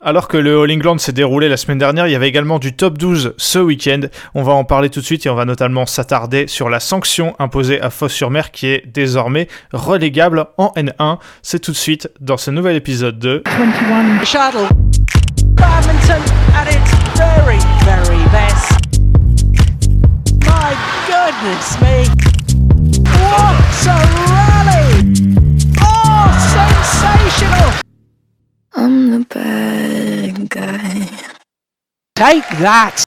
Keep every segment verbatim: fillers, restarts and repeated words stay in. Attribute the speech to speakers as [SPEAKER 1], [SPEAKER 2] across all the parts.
[SPEAKER 1] Alors que le All England s'est déroulé la semaine dernière, il y avait également du top douze ce week-end. On va en parler tout de suite et on va notamment s'attarder sur la sanction imposée à Fos-sur-Mer qui est désormais relégable en N un. C'est tout de suite dans ce nouvel épisode de
[SPEAKER 2] vingt et un Shuttle. Badminton at its very, very best. My goodness me. What a rally! Oh, sensational!
[SPEAKER 3] I'm the bad guy.
[SPEAKER 2] Take that!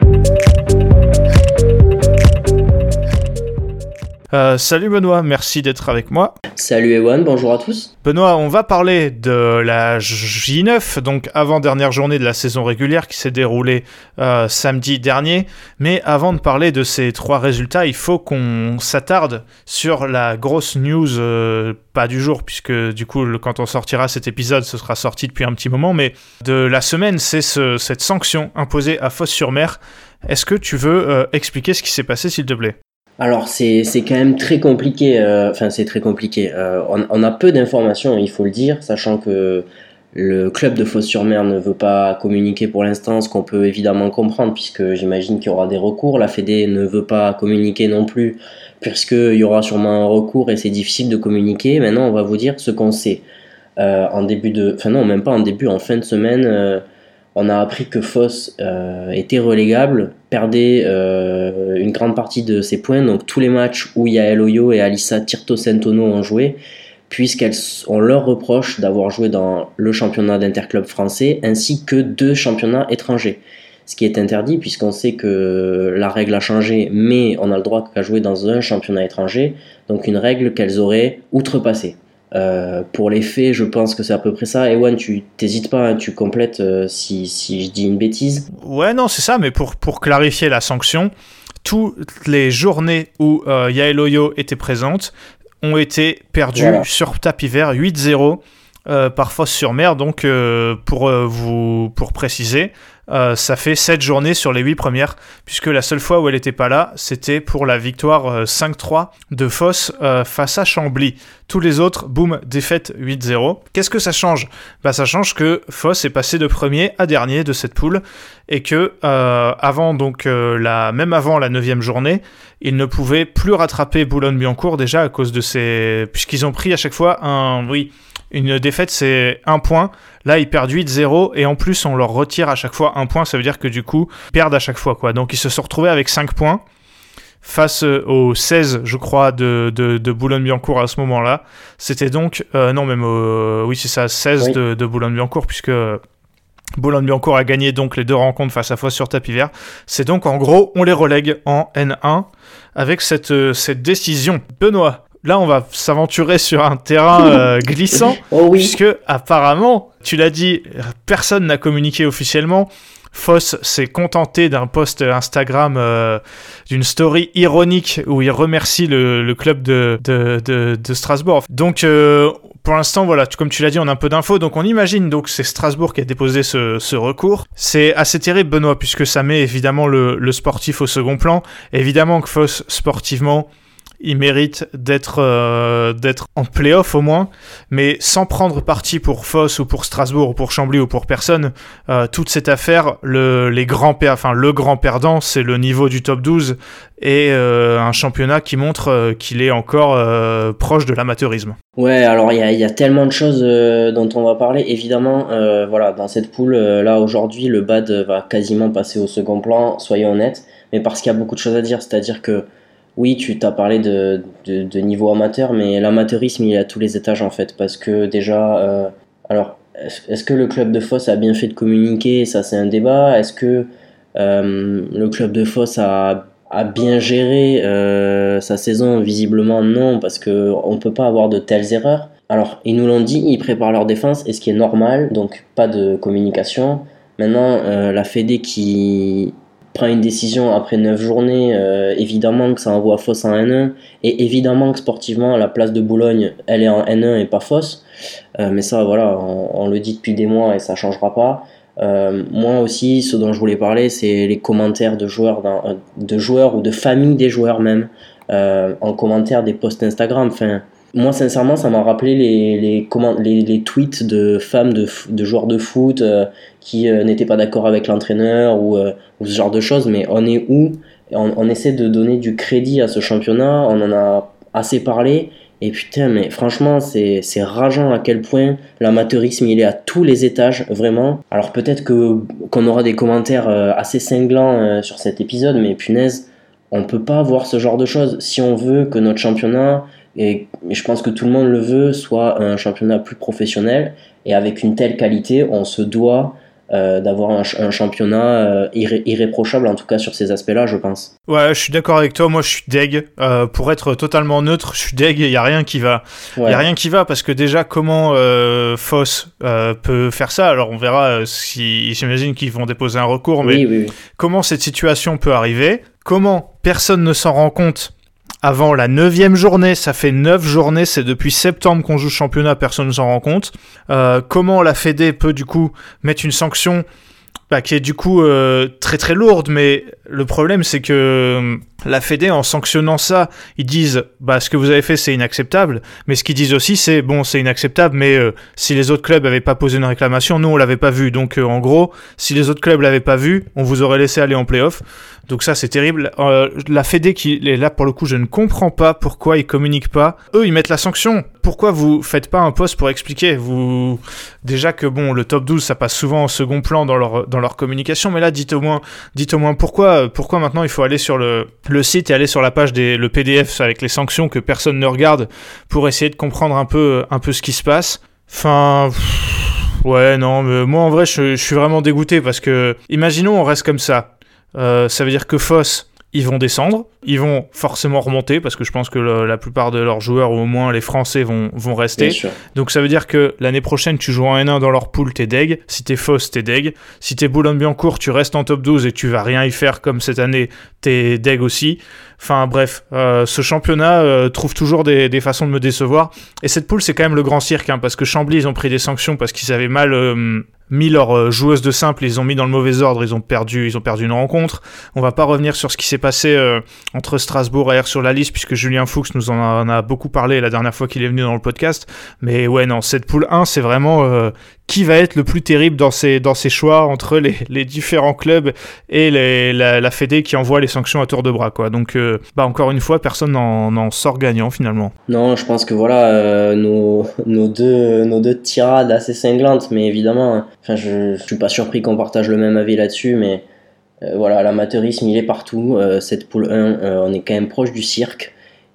[SPEAKER 1] Euh, salut Benoît, merci d'être avec moi.
[SPEAKER 4] Salut Ewan, bonjour à tous.
[SPEAKER 1] Benoît, on va parler de la J neuf, donc avant-dernière journée de la saison régulière qui s'est déroulée euh, samedi dernier. Mais avant de parler de ces trois résultats, il faut qu'on s'attarde sur la grosse news, euh, pas du jour, puisque du coup, le, quand on sortira cet épisode, ce sera sorti depuis un petit moment, mais de la semaine, c'est ce, cette sanction imposée à Fos-sur-Mer. Est-ce que tu veux euh, expliquer ce qui s'est passé, s'il te plaît ?
[SPEAKER 4] Alors c'est c'est quand même très compliqué, euh, enfin c'est très compliqué, euh, on, on a peu d'informations, il faut le dire, sachant que le club de Fos-sur-Mer ne veut pas communiquer pour l'instant, ce qu'on peut évidemment comprendre puisque j'imagine qu'il y aura des recours, la Fédé ne veut pas communiquer non plus puisqu'il y aura sûrement un recours et c'est difficile de communiquer. Maintenant on va vous dire ce qu'on sait. Euh, en début de, enfin non même pas en début, en fin de semaine, euh, on a appris que Fos euh, était relégable, perdait euh, une grande partie de ses points, donc tous les matchs où Yael Oyo et Alissa Tirto-Sentono ont joué, puisqu'on leur reproche d'avoir joué dans le championnat d'interclub français, ainsi que deux championnats étrangers. Ce qui est interdit, puisqu'on sait que la règle a changé, mais on a le droit qu'à jouer dans un championnat étranger, donc une règle qu'elles auraient outrepassée. Euh, pour les faits, je pense que c'est à peu près ça. Ewan, tu t'hésites pas, hein, tu complètes euh, si, si je dis une bêtise.
[SPEAKER 1] Ouais, non, c'est ça, mais pour, pour clarifier la sanction, toutes les journées où euh, Yael Oyo était présente ont été perdues voilà. sur tapis vert huit zéro euh, par Fos-sur-Mer. Donc, euh, pour, euh, vous, pour préciser, Euh, ça fait sept journées sur les huit premières, puisque la seule fois où elle n'était pas là, c'était pour la victoire euh, cinq trois de Fos euh, face à Chambly. Tous les autres, boum, défaite huit zéro. Qu'est-ce que ça change ? Bah, ça change que Fos est passé de premier à dernier de cette poule, et que euh, avant, donc, euh, la, même avant la neuvième journée, ils ne pouvaient plus rattraper Boulogne-Billancourt déjà à cause de ces... Puisqu'ils ont pris à chaque fois un... Oui, une défaite, c'est un point. Là, ils perdent huit zéro et en plus, on leur retire à chaque fois un point. Ça veut dire que du coup, ils perdent à chaque fois, quoi. Donc, ils se sont retrouvés avec cinq points face aux seize, je crois, de, de, de Boulogne-Billancourt à ce moment-là. C'était donc... Euh, non, même... Au, oui, c'est ça, seize oui. de, de Boulogne-Billancourt, puisque... Boulogne-Billancourt a gagné donc les deux rencontres face à Fos sur tapis vert. C'est donc, en gros, on les relègue en N un avec cette, cette décision. Benoît, là, on va s'aventurer sur un terrain euh, glissant,
[SPEAKER 4] oh oui.
[SPEAKER 1] puisque apparemment, tu l'as dit, personne n'a communiqué officiellement. Fos s'est contenté d'un post Instagram, euh, d'une story ironique où il remercie le, le club de, de, de, de Strasbourg. Donc, euh, pour l'instant, voilà, comme tu l'as dit, on a un peu d'infos. Donc, on imagine donc c'est Strasbourg qui a déposé ce, ce recours. C'est assez terrible, Benoît, puisque ça met évidemment le, le sportif au second plan. Évidemment que Fos, sportivement, il mérite d'être, euh, d'être en play-off au moins, mais sans prendre parti pour Fos ou pour Strasbourg ou pour Chambly ou pour personne, euh, toute cette affaire, le, les grands per- enfin, le grand perdant, c'est le niveau du top douze et euh, un championnat qui montre euh, qu'il est encore euh, proche de l'amateurisme.
[SPEAKER 4] Ouais, alors il y a, y a tellement de choses euh, dont on va parler. Évidemment, euh, voilà, dans cette poule, euh, là aujourd'hui, le B A D va quasiment passer au second plan, soyons honnêtes, mais parce qu'il y a beaucoup de choses à dire, c'est-à-dire que oui, tu t'as parlé de, de, de niveau amateur, mais l'amateurisme, il est à tous les étages en fait, parce que déjà, euh, alors, est-ce que le club de Fos a bien fait de communiquer ? Ça, c'est un débat. Est-ce que euh, le club de Fos a, a bien géré euh, sa saison ? Visiblement, non, parce qu'on ne peut pas avoir de telles erreurs. Alors, ils nous l'ont dit, ils préparent leur défense, et ce qui est normal, donc pas de communication. Maintenant, euh, la Fédé qui prend une décision après neuf journées, euh, évidemment que ça envoie Fos en N un, et évidemment que sportivement, la place de Boulogne, elle est en N un et pas Fos, euh, mais ça, voilà, on, on le dit depuis des mois et ça changera pas. Euh, moi aussi, ce dont je voulais parler, c'est les commentaires de joueurs, dans, de joueurs ou de familles des joueurs même, euh, en commentaire des posts Instagram. Enfin, Moi, sincèrement, ça m'a rappelé les, les, comment, les, les tweets de femmes de, de joueurs de foot euh, qui euh, n'étaient pas d'accord avec l'entraîneur ou, euh, ou ce genre de choses. Mais on est où ? on, on essaie de donner du crédit à ce championnat. On en a assez parlé. Et putain, mais franchement, c'est, c'est rageant à quel point l'amateurisme, il est à tous les étages, vraiment. Alors peut-être que, qu'on aura des commentaires euh, assez cinglants euh, sur cet épisode, mais punaise, on peut pas voir ce genre de choses. Si on veut que notre championnat, et je pense que tout le monde le veut, soit un championnat plus professionnel, et avec une telle qualité, on se doit euh, d'avoir un, un championnat euh, irré- irréprochable, en tout cas sur ces aspects-là, je pense.
[SPEAKER 1] Ouais, je suis d'accord avec toi. Moi, je suis deg. Euh, pour être totalement neutre, je suis deg. Il y a rien qui va. Il ouais. y a rien qui va parce que déjà, comment euh, Foss euh, peut faire ça ? Alors, on verra euh, si. J'imagine qu'ils vont déposer un recours, mais
[SPEAKER 4] oui, oui, oui.
[SPEAKER 1] Comment cette situation peut arriver ? Comment personne ne s'en rend compte avant la neuvième journée ? Ça fait neuf journées, c'est depuis septembre qu'on joue le championnat, personne ne s'en rend compte. Euh, comment la Fédé peut du coup mettre une sanction bah, qui est du coup euh, très très lourde, mais le problème c'est que euh, la Fédé, en sanctionnant ça, ils disent bah ce que vous avez fait c'est inacceptable, mais ce qu'ils disent aussi c'est bon c'est inacceptable, mais euh, si les autres clubs avaient pas posé une réclamation, nous on l'avait pas vu, donc euh, en gros si les autres clubs l'avaient pas vu, on vous aurait laissé aller en play-off. Donc ça c'est terrible. Euh, la Fédé qui est là pour le coup, je ne comprends pas pourquoi ils communiquent pas. Eux ils mettent la sanction. Pourquoi vous faites pas un post pour expliquer ? Vous déjà que bon le top douze ça passe souvent en second plan dans leur dans leur communication, mais là dites au moins dites au moins pourquoi pourquoi maintenant il faut aller sur le le site et aller sur la page des le P D F avec les sanctions que personne ne regarde pour essayer de comprendre un peu un peu ce qui se passe. Enfin pff, ouais non mais moi en vrai je, je suis vraiment dégoûté parce que imaginons on reste comme ça. Euh, ça veut dire que Foss, ils vont descendre, ils vont forcément remonter parce que je pense que le, la plupart de leurs joueurs, ou au moins les Français, vont, vont rester. Donc ça veut dire que l'année prochaine, tu joues en N un dans leur pool, t'es deg. Si t'es Foss, t'es deg. Si t'es Boulogne-Billancourt, tu restes en top douze et tu vas rien y faire comme cette année, t'es deg aussi. Enfin bref, euh, ce championnat euh, trouve toujours des, des façons de me décevoir. Et cette poule, c'est quand même le grand cirque, hein, parce que Chambly, ils ont pris des sanctions parce qu'ils avaient mal euh, mis leurs euh, joueuses de simple, ils les ont mis dans le mauvais ordre, ils ont perdu, ils ont perdu une rencontre. On va pas revenir sur ce qui s'est passé euh, entre Strasbourg et Aires-sur-la-Lys, puisque Julien Fuchs nous en a, en a beaucoup parlé la dernière fois qu'il est venu dans le podcast. Mais ouais, non, cette poule un, c'est vraiment euh, qui va être le plus terrible dans ces, dans ces choix entre les, les différents clubs et les, la, la Fédé qui envoie les sanctions à tour de bras, quoi. Donc, euh, bah, encore une fois, personne n'en, n'en sort gagnant, finalement.
[SPEAKER 4] Non, je pense que voilà, euh, nos, nos, deux, nos deux tirades assez cinglantes, mais évidemment, enfin, je, je suis pas surpris qu'on partage le même avis là-dessus, mais euh, voilà, l'amateurisme, il est partout. Euh, cette poule un, euh, on est quand même proche du cirque.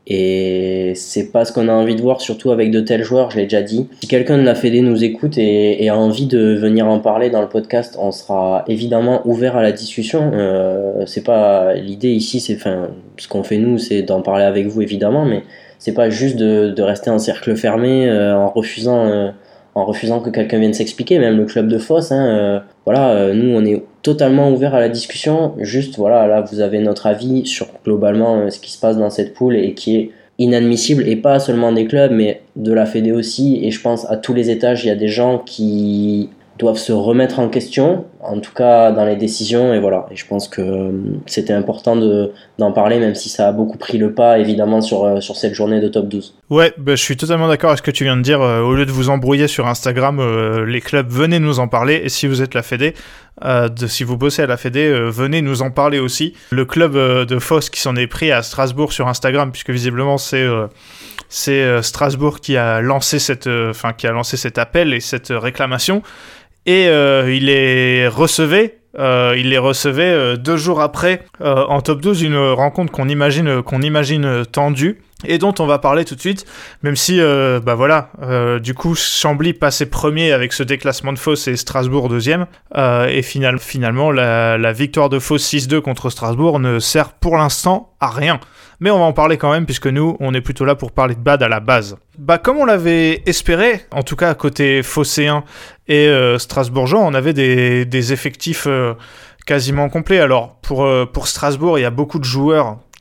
[SPEAKER 4] Et c'est pas ce qu'on a envie de voir, surtout avec de tels joueurs, je l'ai déjà dit. Si quelqu'un de la Fédé nous écoute et, et a envie de venir en parler dans le podcast, on sera évidemment ouvert à la discussion. Euh, c'est pas l'idée ici, c'est, enfin, ce qu'on fait nous, c'est d'en parler avec vous évidemment, mais c'est pas juste de, de rester en cercle fermé euh, en refusant, euh, en refusant que quelqu'un vienne s'expliquer. Même le club de Foss, hein, euh, voilà, euh, nous on est totalement ouvert à la discussion. Juste voilà, là vous avez notre avis sur globalement euh, ce qui se passe dans cette poule et qui est inadmissible, et pas seulement des clubs mais de la Fédé aussi, et je pense à tous les étages il y a des gens qui doivent se remettre en question, en tout cas dans les décisions, et voilà, et je pense que euh, c'était important de, d'en parler, même si ça a beaucoup pris le pas évidemment sur, euh, sur cette journée de top douze.
[SPEAKER 1] Ouais, bah, je suis totalement d'accord avec ce que tu viens de dire. Euh, au lieu de vous embrouiller sur Instagram, euh, les clubs, venez nous en parler, et si vous êtes la Fédé, euh, de, si vous bossez à la Fédé, euh, venez nous en parler aussi. Le club euh, de Foss qui s'en est pris à Strasbourg sur Instagram, puisque visiblement c'est... Euh, c'est euh, Strasbourg qui a lancé cette, enfin euh, qui a lancé cet appel et cette euh, réclamation. Et euh, il les recevait, euh, il les recevait euh, deux jours après euh, en top douze, une rencontre qu'on imagine, qu'on imagine tendue et dont on va parler tout de suite, même si, euh, bah voilà, euh, du coup, Chambly passait premier avec ce déclassement de Foss et Strasbourg deuxième, euh, et final, finalement, la, la victoire de Foss six deux contre Strasbourg ne sert pour l'instant à rien. Mais on va en parler quand même, puisque nous, on est plutôt là pour parler de Bad à la base. Bah, comme on l'avait espéré, en tout cas côté phocéen et euh, strasbourgeois, on avait des, des effectifs euh, quasiment complets. Alors, pour, euh, pour Strasbourg, il y a beaucoup de joueurs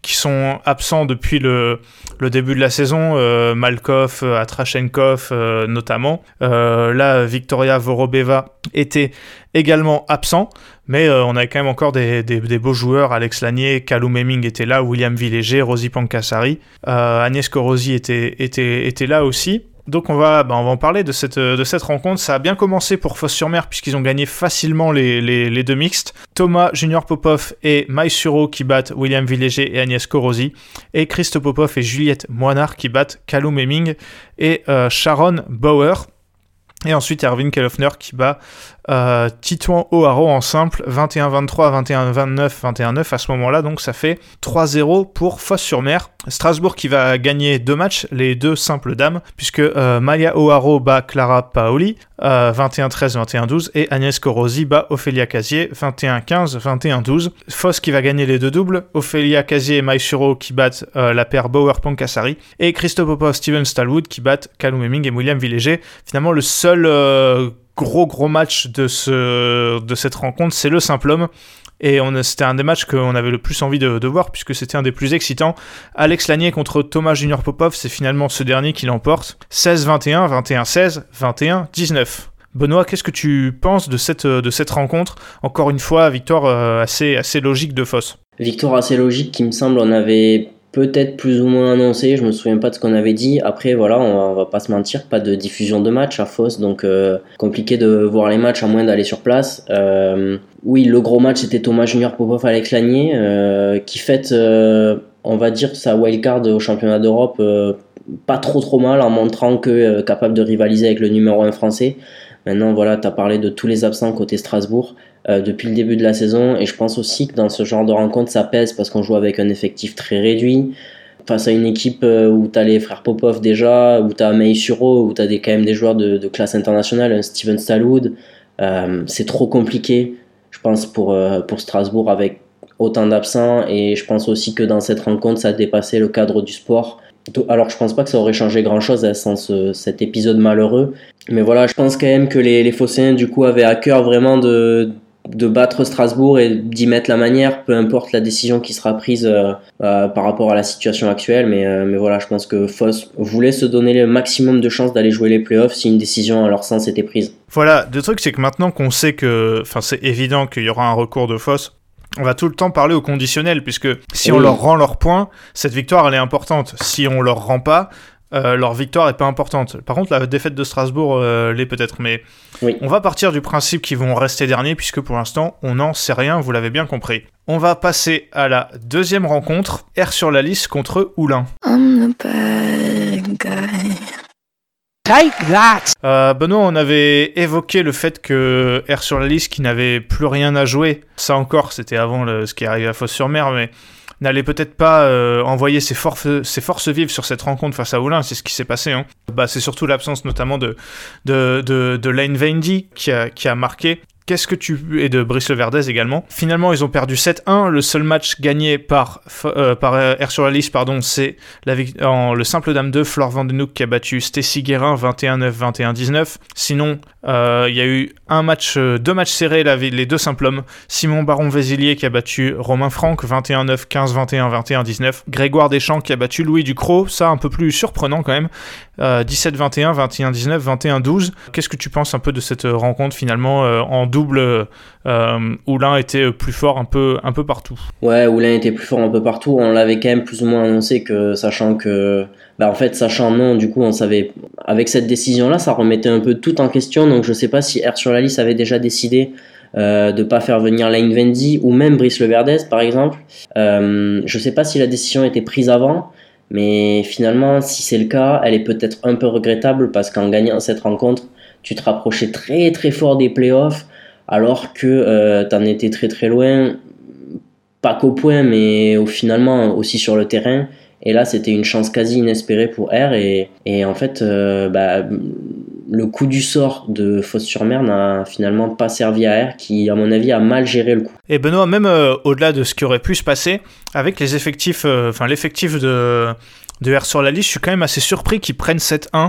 [SPEAKER 1] qui sont absents depuis le, le début de la saison, euh, Malkov, euh, Atrashenkov euh, notamment. Euh, là, Victoria Vorobeva était également absent, mais euh, on avait quand même encore des, des, des beaux joueurs. Alex Lanier, Kalou Meming était là, William Villéger, Rosie Pankasari, euh, Agnès Korosi était, était, était là aussi. Donc on va, bah on va en parler de cette, de cette rencontre. Ça a bien commencé pour Fos-sur-Mer puisqu'ils ont gagné facilement les, les, les deux mixtes. Thomas Junior Popov et Mai Suro qui battent William Villéger et Agnès Korosi. Et Christo Popov et Juliette Moinard qui battent Kalou Meming et euh, Sharon Bauer. Et ensuite Erwin Kellhoffner qui bat euh, Titouan O'Haro en simple vingt et un vingt-trois, vingt et un vingt-neuf, vingt et un neuf à ce moment-là. Donc ça fait trois zéro pour Fos-sur-Mer. Strasbourg qui va gagner deux matchs, les deux simples dames, puisque euh, Maya O'Haro bat Clara Paoli euh, vingt et un treize, vingt et un douze et Agnès Korosi bat Ophélia Casier vingt et un quinze, vingt et un douze. Fos qui va gagner les deux doubles, Ophélia Casier et Mai Suro qui battent euh, la paire Bauer-Pankasari et Christo Popov, Steven Stallwood qui battent Kalou Meming et William Villéger. Finalement le seul euh, gros gros match de, ce, de cette rencontre, c'est le simple homme. Et on, c'était un des matchs qu'on avait le plus envie de, de voir, puisque c'était un des plus excitants. Alex Lanier contre Thomas Junior Popov, c'est finalement ce dernier qui l'emporte. seize vingt et un, vingt et un seize, vingt et un dix-neuf. Benoît, qu'est-ce que tu penses de cette, de cette rencontre ? Encore une fois, victoire euh, assez, assez logique de Fos.
[SPEAKER 4] Victoire assez logique qui me semble on avait peut-être plus ou moins annoncé, je me souviens pas de ce qu'on avait dit. Après voilà, on va, on va pas se mentir, pas de diffusion de match à Fos, donc euh, compliqué de voir les matchs à moins d'aller sur place. Euh, oui, le gros match c'était Thomas Junior Popov Alex Lanier euh, qui fête, euh, on va dire, sa wildcard au championnat d'Europe euh, pas trop trop mal en montrant que euh, capable de rivaliser avec le numéro un français. Maintenant voilà, tu as parlé de tous les absents côté Strasbourg euh, depuis le début de la saison, et je pense aussi que dans ce genre de rencontre ça pèse parce qu'on joue avec un effectif très réduit face à une équipe euh, où tu as les frères Popov déjà, où tu as Mai Suro, où tu as des, quand même des joueurs de, de classe internationale, un Steven Stallwood. Euh, c'est trop compliqué je pense pour, euh, pour Strasbourg avec autant d'absents, et je pense aussi que dans cette rencontre ça a dépassé le cadre du sport. Alors je pense pas que ça aurait changé grand chose hein, sans ce, cet épisode malheureux, mais voilà, je pense quand même que les, les Phocéens du coup avaient à cœur vraiment de, de battre Strasbourg et d'y mettre la manière, peu importe la décision qui sera prise euh, euh, par rapport à la situation actuelle, mais, euh, mais voilà, je pense que Fos voulait se donner le maximum de chances d'aller jouer les playoffs si une décision à leur sens était prise.
[SPEAKER 1] Voilà, le truc c'est que maintenant qu'on sait que, enfin c'est évident qu'il y aura un recours de Fos, on va tout le temps parler au conditionnel, puisque si oui. on leur rend leurs points, cette victoire elle est importante. Si on leur rend pas, euh, leur victoire est pas importante. Par contre, la défaite de Strasbourg euh, l'est peut-être, mais oui. On va partir du principe qu'ils vont rester derniers, puisque pour l'instant, on n'en sait rien, vous l'avez bien compris. On va passer à la deuxième rencontre, R sur la liste contre Oulin.
[SPEAKER 3] I'm the bad guy.
[SPEAKER 2] Take that!
[SPEAKER 1] Euh, Benoît, on avait évoqué le fait que R sur la liste, qui n'avait plus rien à jouer, ça encore, c'était avant le, ce qui est arrivé à Fos-sur-Mer, mais n'allait peut-être pas euh, envoyer ses forces, ses forces vives sur cette rencontre face à Oulin, c'est ce qui s'est passé. Hein. Bah, c'est surtout l'absence notamment de, de, de, de Lane Vendy qui a, qui a marqué. Qu'est-ce que tu... Et de Brice Leverdez également. Finalement, ils ont perdu sept un. Le seul match gagné par, euh, par R sur la liste, pardon, c'est la, en, le simple dame deux, Flore Vandenouk qui a battu Stécie Guérin vingt et un neuf, vingt et un dix-neuf. Sinon, il euh, y a eu un match, deux matchs serrés, la, les deux simples hommes. Simon Baron-Vézilier qui a battu Romain Franck vingt et un neuf, quinze vingt et un, vingt et un dix-neuf. Grégoire Deschamps qui a battu Louis Ducrot, ça un peu plus surprenant quand même. Euh, dix-sept vingt et un, vingt et un dix-neuf, vingt et un douze. Qu'est-ce que tu penses un peu de cette rencontre finalement euh, en double euh, Oulin était plus fort un peu, un peu partout?
[SPEAKER 4] Ouais, Oulin était plus fort un peu partout. On l'avait quand même plus ou moins annoncé, que sachant que bah en fait sachant non, du coup on savait, avec cette décision là ça remettait un peu tout en question, donc je sais pas si R sur la liste avait déjà décidé Euh, de pas faire venir Lane Vendy ou même Brice Leverdez par exemple. Euh, je sais pas si la décision était prise avant, mais finalement si c'est le cas, elle est peut-être un peu regrettable parce qu'en gagnant cette rencontre, tu te rapprochais très très fort des playoffs alors que euh, t'en étais très très loin, pas qu'au point mais au, finalement aussi sur le terrain. Et là c'était une chance quasi inespérée pour R, et, et en fait euh, bah, le coup du sort de Fos-sur-Mer n'a finalement pas servi à R, qui à mon avis a mal géré le coup.
[SPEAKER 1] Et Benoît, même euh, au-delà de ce qui aurait pu se passer avec les effectifs, enfin euh, l'effectif de, de R sur la liste, je suis quand même assez surpris qu'ils prennent sept un.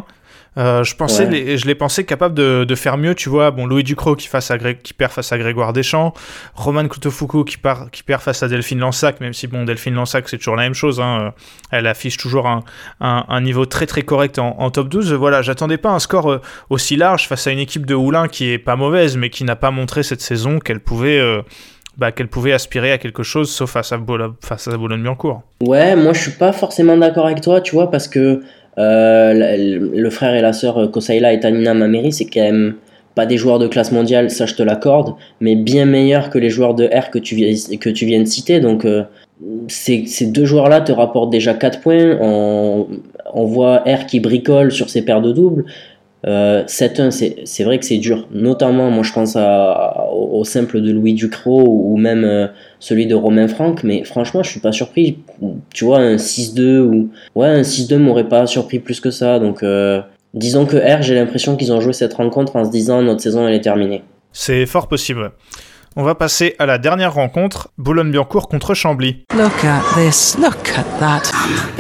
[SPEAKER 1] Euh, je pensais,
[SPEAKER 4] Ouais.
[SPEAKER 1] les, je l'ai pensé capable de, de faire mieux, tu vois. Bon, Louis Ducrot qui, face à Gré- qui perd face à Grégoire Deschamps, Roman Kutofuku qui, part, qui perd face à Delphine Lansac, même si bon, Delphine Lansac c'est toujours la même chose, hein. Elle affiche toujours un, un, un niveau très très correct en, en top douze. Voilà, j'attendais pas un score euh, aussi large face à une équipe de Moulins qui est pas mauvaise, mais qui n'a pas montré cette saison qu'elle pouvait, euh, bah, qu'elle pouvait aspirer à quelque chose, sauf face à, Bolo- face à Boulogne-Billancourt.
[SPEAKER 4] Ouais, moi je suis pas forcément d'accord avec toi, tu vois, parce que euh, le, le frère et la sœur Kosaila et Tanina Mameri, c'est quand même pas des joueurs de classe mondiale, ça je te l'accorde, mais bien meilleurs que les joueurs de R que tu, viens- que tu viens de citer. Donc euh, ces, ces deux joueurs-là te rapportent déjà quatre points. On, on voit R qui bricole sur ses paires de doubles. Euh, sept un, c'est, c'est vrai que c'est dur. Notamment, moi je pense à, à- au simple de Louis Ducrot ou même euh, celui de Romain Franck, mais franchement, je suis pas surpris. Tu vois, un six deux ou ouais, un six deux m'aurait pas surpris plus que ça. Donc, euh, disons que R, j'ai l'impression qu'ils ont joué cette rencontre en se disant notre saison elle est terminée.
[SPEAKER 1] C'est fort possible. On va passer à la dernière rencontre, Boulogne-Billancourt contre Chambly.
[SPEAKER 2] Look at this. Look at that.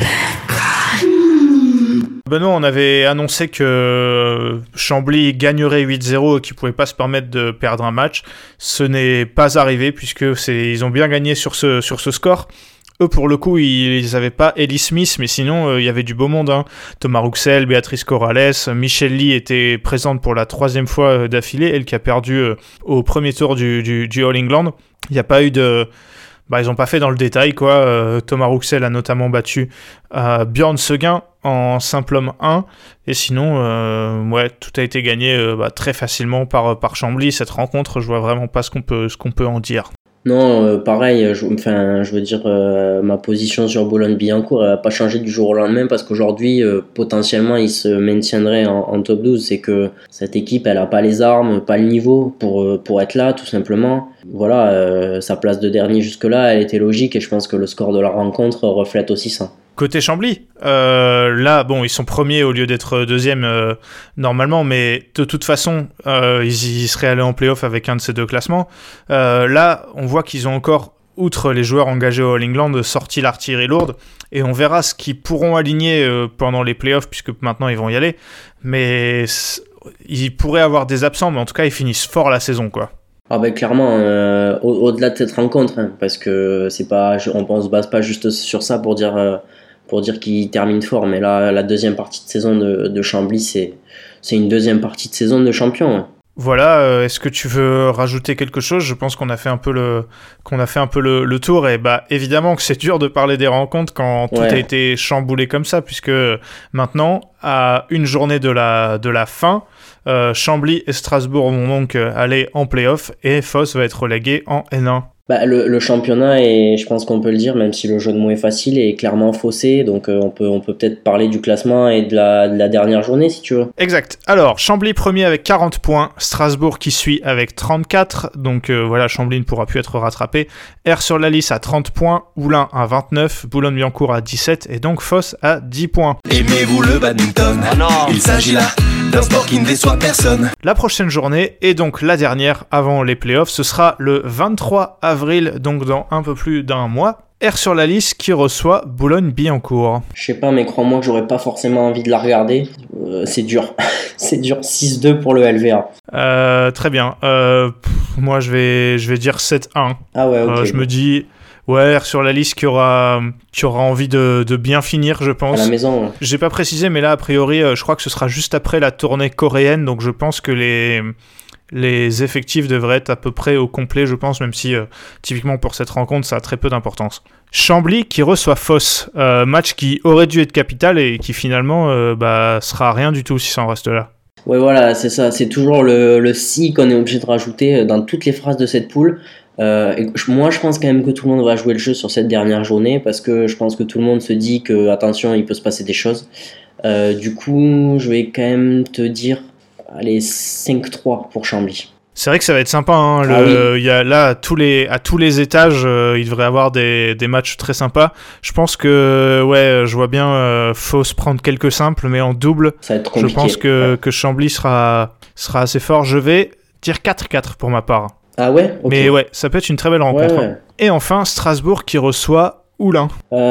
[SPEAKER 1] Benoît, on avait annoncé que Chambly gagnerait huit zéro et qu'ils ne pouvaient pas se permettre de perdre un match. Ce n'est pas arrivé puisque c'est, ils ont bien gagné sur ce, sur ce score. Eux, pour le coup, ils n'avaient pas Ellie Smith, mais sinon, euh, il y avait du beau monde. Hein. Thomas Rouxel, Béatrice Corrales, Michelle Lee était présente pour la troisième fois euh, d'affilée, elle qui a perdu euh, au premier tour du, du, du All England. Il n'y a pas eu de... Bah, ils n'ont pas fait dans le détail, quoi. Euh, Thomas Rouxel a notamment battu euh, Björn Seguin en simple homme un. Et sinon, euh, ouais, tout a été gagné euh, bah, très facilement par, par Chambly. Cette rencontre, je vois vraiment pas ce qu'on peut, ce qu'on peut en dire.
[SPEAKER 4] Non, euh, pareil, je, enfin, je veux dire, euh, ma position sur Boulogne-Billancourt n'a pas changé du jour au lendemain parce qu'aujourd'hui, euh, potentiellement, ils se maintiendraient en, en top douze. C'est que cette équipe, elle n'a pas les armes, pas le niveau pour, pour être là, tout simplement. Voilà, euh, sa place de dernier jusque-là, elle était logique et je pense que le score de la rencontre reflète aussi ça.
[SPEAKER 1] Côté Chambly, euh, là, bon, ils sont premiers au lieu d'être deuxième euh, normalement, mais de toute façon, euh, ils, ils seraient allés en play-off avec un de ces deux classements. Euh, là, on voit qu'ils ont encore, outre les joueurs engagés au All England, sorti l'artillerie lourde, et on verra ce qu'ils pourront aligner euh, pendant les play-offs, puisque maintenant ils vont y aller, mais ils pourraient avoir des absents, mais en tout cas, ils finissent fort la saison, quoi.
[SPEAKER 4] Ah ben clairement, euh, au- au-delà de cette rencontre, hein, parce que c'est pas, on, on se base pas juste sur ça pour dire, euh, pour dire qu'ils terminent fort, mais là, la deuxième partie de saison de, de Chambly, c'est, c'est une deuxième partie de saison de champion. Hein.
[SPEAKER 1] Voilà, euh, est-ce que tu veux rajouter quelque chose ? Je pense qu'on a fait un peu le, qu'on a fait un peu le, le tour, et bah évidemment que c'est dur de parler des rencontres quand tout
[SPEAKER 4] Ouais.
[SPEAKER 1] a été chamboulé comme ça, puisque maintenant, à une journée de la, de la fin, euh, Chambly et Strasbourg vont donc euh, aller en play-off, et Foss va être relégué en N un.
[SPEAKER 4] Bah, le, le championnat, est, je pense qu'on peut le dire, même si le jeu de mots est facile, est clairement faussé. Donc euh, on peut, on peut peut-être parler du classement et de la, de la dernière journée si tu veux.
[SPEAKER 1] Exact. Alors, Chambly premier avec quarante points, Strasbourg qui suit avec trente-quatre, donc euh, voilà, Chambly ne pourra plus être rattrapé. R sur la liste à trente points, Oulin à vingt-neuf, Boulogne-Billancourt à dix-sept et donc Foss à dix points.
[SPEAKER 5] Aimez-vous le badminton?
[SPEAKER 2] Oh non.
[SPEAKER 5] Il s'agit là d'un sport qui ne déçoit personne.
[SPEAKER 1] La prochaine journée, et donc la dernière avant les playoffs, ce sera le vingt-trois avril, donc dans un peu plus d'un mois. R sur la liste qui reçoit Boulogne-Billancourt.
[SPEAKER 4] Je sais pas, mais crois-moi que j'aurais pas forcément envie de la regarder. Euh, c'est dur. c'est dur. six deux pour le L V A.
[SPEAKER 1] Euh, très bien. Euh, pff, moi, je vais, je vais dire sept un.
[SPEAKER 4] Ah ouais, ok.
[SPEAKER 1] Euh, je me dis... Ouais, R sur la liste qui aura, qui aura envie de, de bien finir, je
[SPEAKER 4] À
[SPEAKER 1] pense.
[SPEAKER 4] la maison. Ouais.
[SPEAKER 1] J'ai pas précisé, mais là, a priori, euh, je crois que ce sera juste après la tournée coréenne, donc je pense que les, les effectifs devraient être à peu près au complet, je pense, même si, euh, typiquement, pour cette rencontre, ça a très peu d'importance. Chambly qui reçoit Foss, euh, match qui aurait dû être capital et qui, finalement, euh, bah, sera rien du tout si ça en reste là.
[SPEAKER 4] Ouais, voilà, c'est ça. C'est toujours le, le si qu'on est obligé de rajouter dans toutes les phrases de cette poule. Euh, et je- moi, je pense quand même que tout le monde va jouer le jeu sur cette dernière journée parce que je pense que tout le monde se dit que, attention, il peut se passer des choses. Euh, du coup, je vais quand même te dire, allez, cinq trois pour Chambly.
[SPEAKER 1] C'est vrai que ça va être sympa, hein. Le,
[SPEAKER 4] Ah oui.
[SPEAKER 1] il y a, là, à tous les, à tous les étages, euh, il devrait y avoir des, des matchs très sympas. Je pense que, ouais, je vois bien euh, Foss prendre quelques simples, mais en double,
[SPEAKER 4] Ça va être
[SPEAKER 1] je
[SPEAKER 4] compliqué.
[SPEAKER 1] pense que,
[SPEAKER 4] Ouais.
[SPEAKER 1] que Chambly sera, sera assez fort. Je vais dire quatre quatre pour ma part.
[SPEAKER 4] Ah ouais? Ok.
[SPEAKER 1] Mais ouais, ça peut être une très belle rencontre.
[SPEAKER 4] Ouais, ouais.
[SPEAKER 1] Et enfin, Strasbourg qui reçoit Oulin.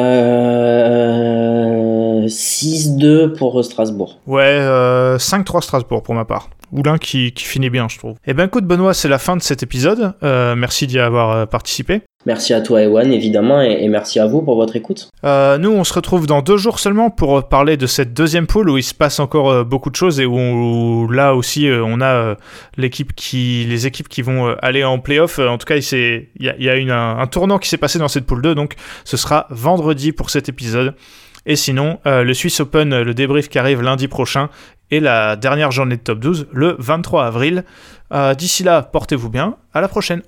[SPEAKER 4] Euh, six deux pour Strasbourg.
[SPEAKER 1] Ouais, euh, cinq trois Strasbourg pour ma part. Oulin qui, qui finit bien, je trouve. Eh ben écoute Benoît, c'est la fin de cet épisode. Euh, merci d'y avoir euh, participé.
[SPEAKER 4] Merci à toi Ewan, évidemment, et, et merci à vous pour votre écoute.
[SPEAKER 1] Euh, nous, on se retrouve dans deux jours seulement pour parler de cette deuxième poule où il se passe encore euh, beaucoup de choses et où, on, où là aussi euh, on a euh, l'équipe qui, les équipes qui vont euh, aller en play-off. Euh, en tout cas, il, s'est, il y a, il y a une, un, un tournant qui s'est passé dans cette poule deux, donc ce sera vendredi pour cet épisode. Et sinon, euh, le Swiss Open, le débrief qui arrive lundi prochain et la dernière journée de top douze le vingt-trois avril. Euh, d'ici là, portez-vous bien. À la prochaine.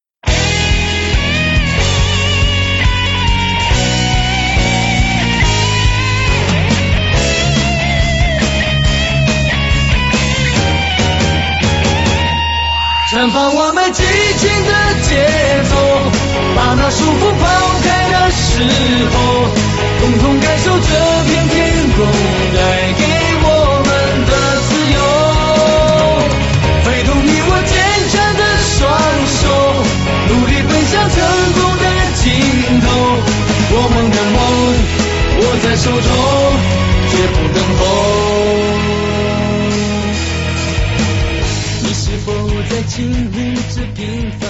[SPEAKER 6] 绽放我们激情的节奏，把那束缚抛开的时候，共同感受这片天空带给我们的自由，挥动你我坚强的双手，努力奔向成功的尽头，我们的梦握在手中，绝不等候。在经历这平凡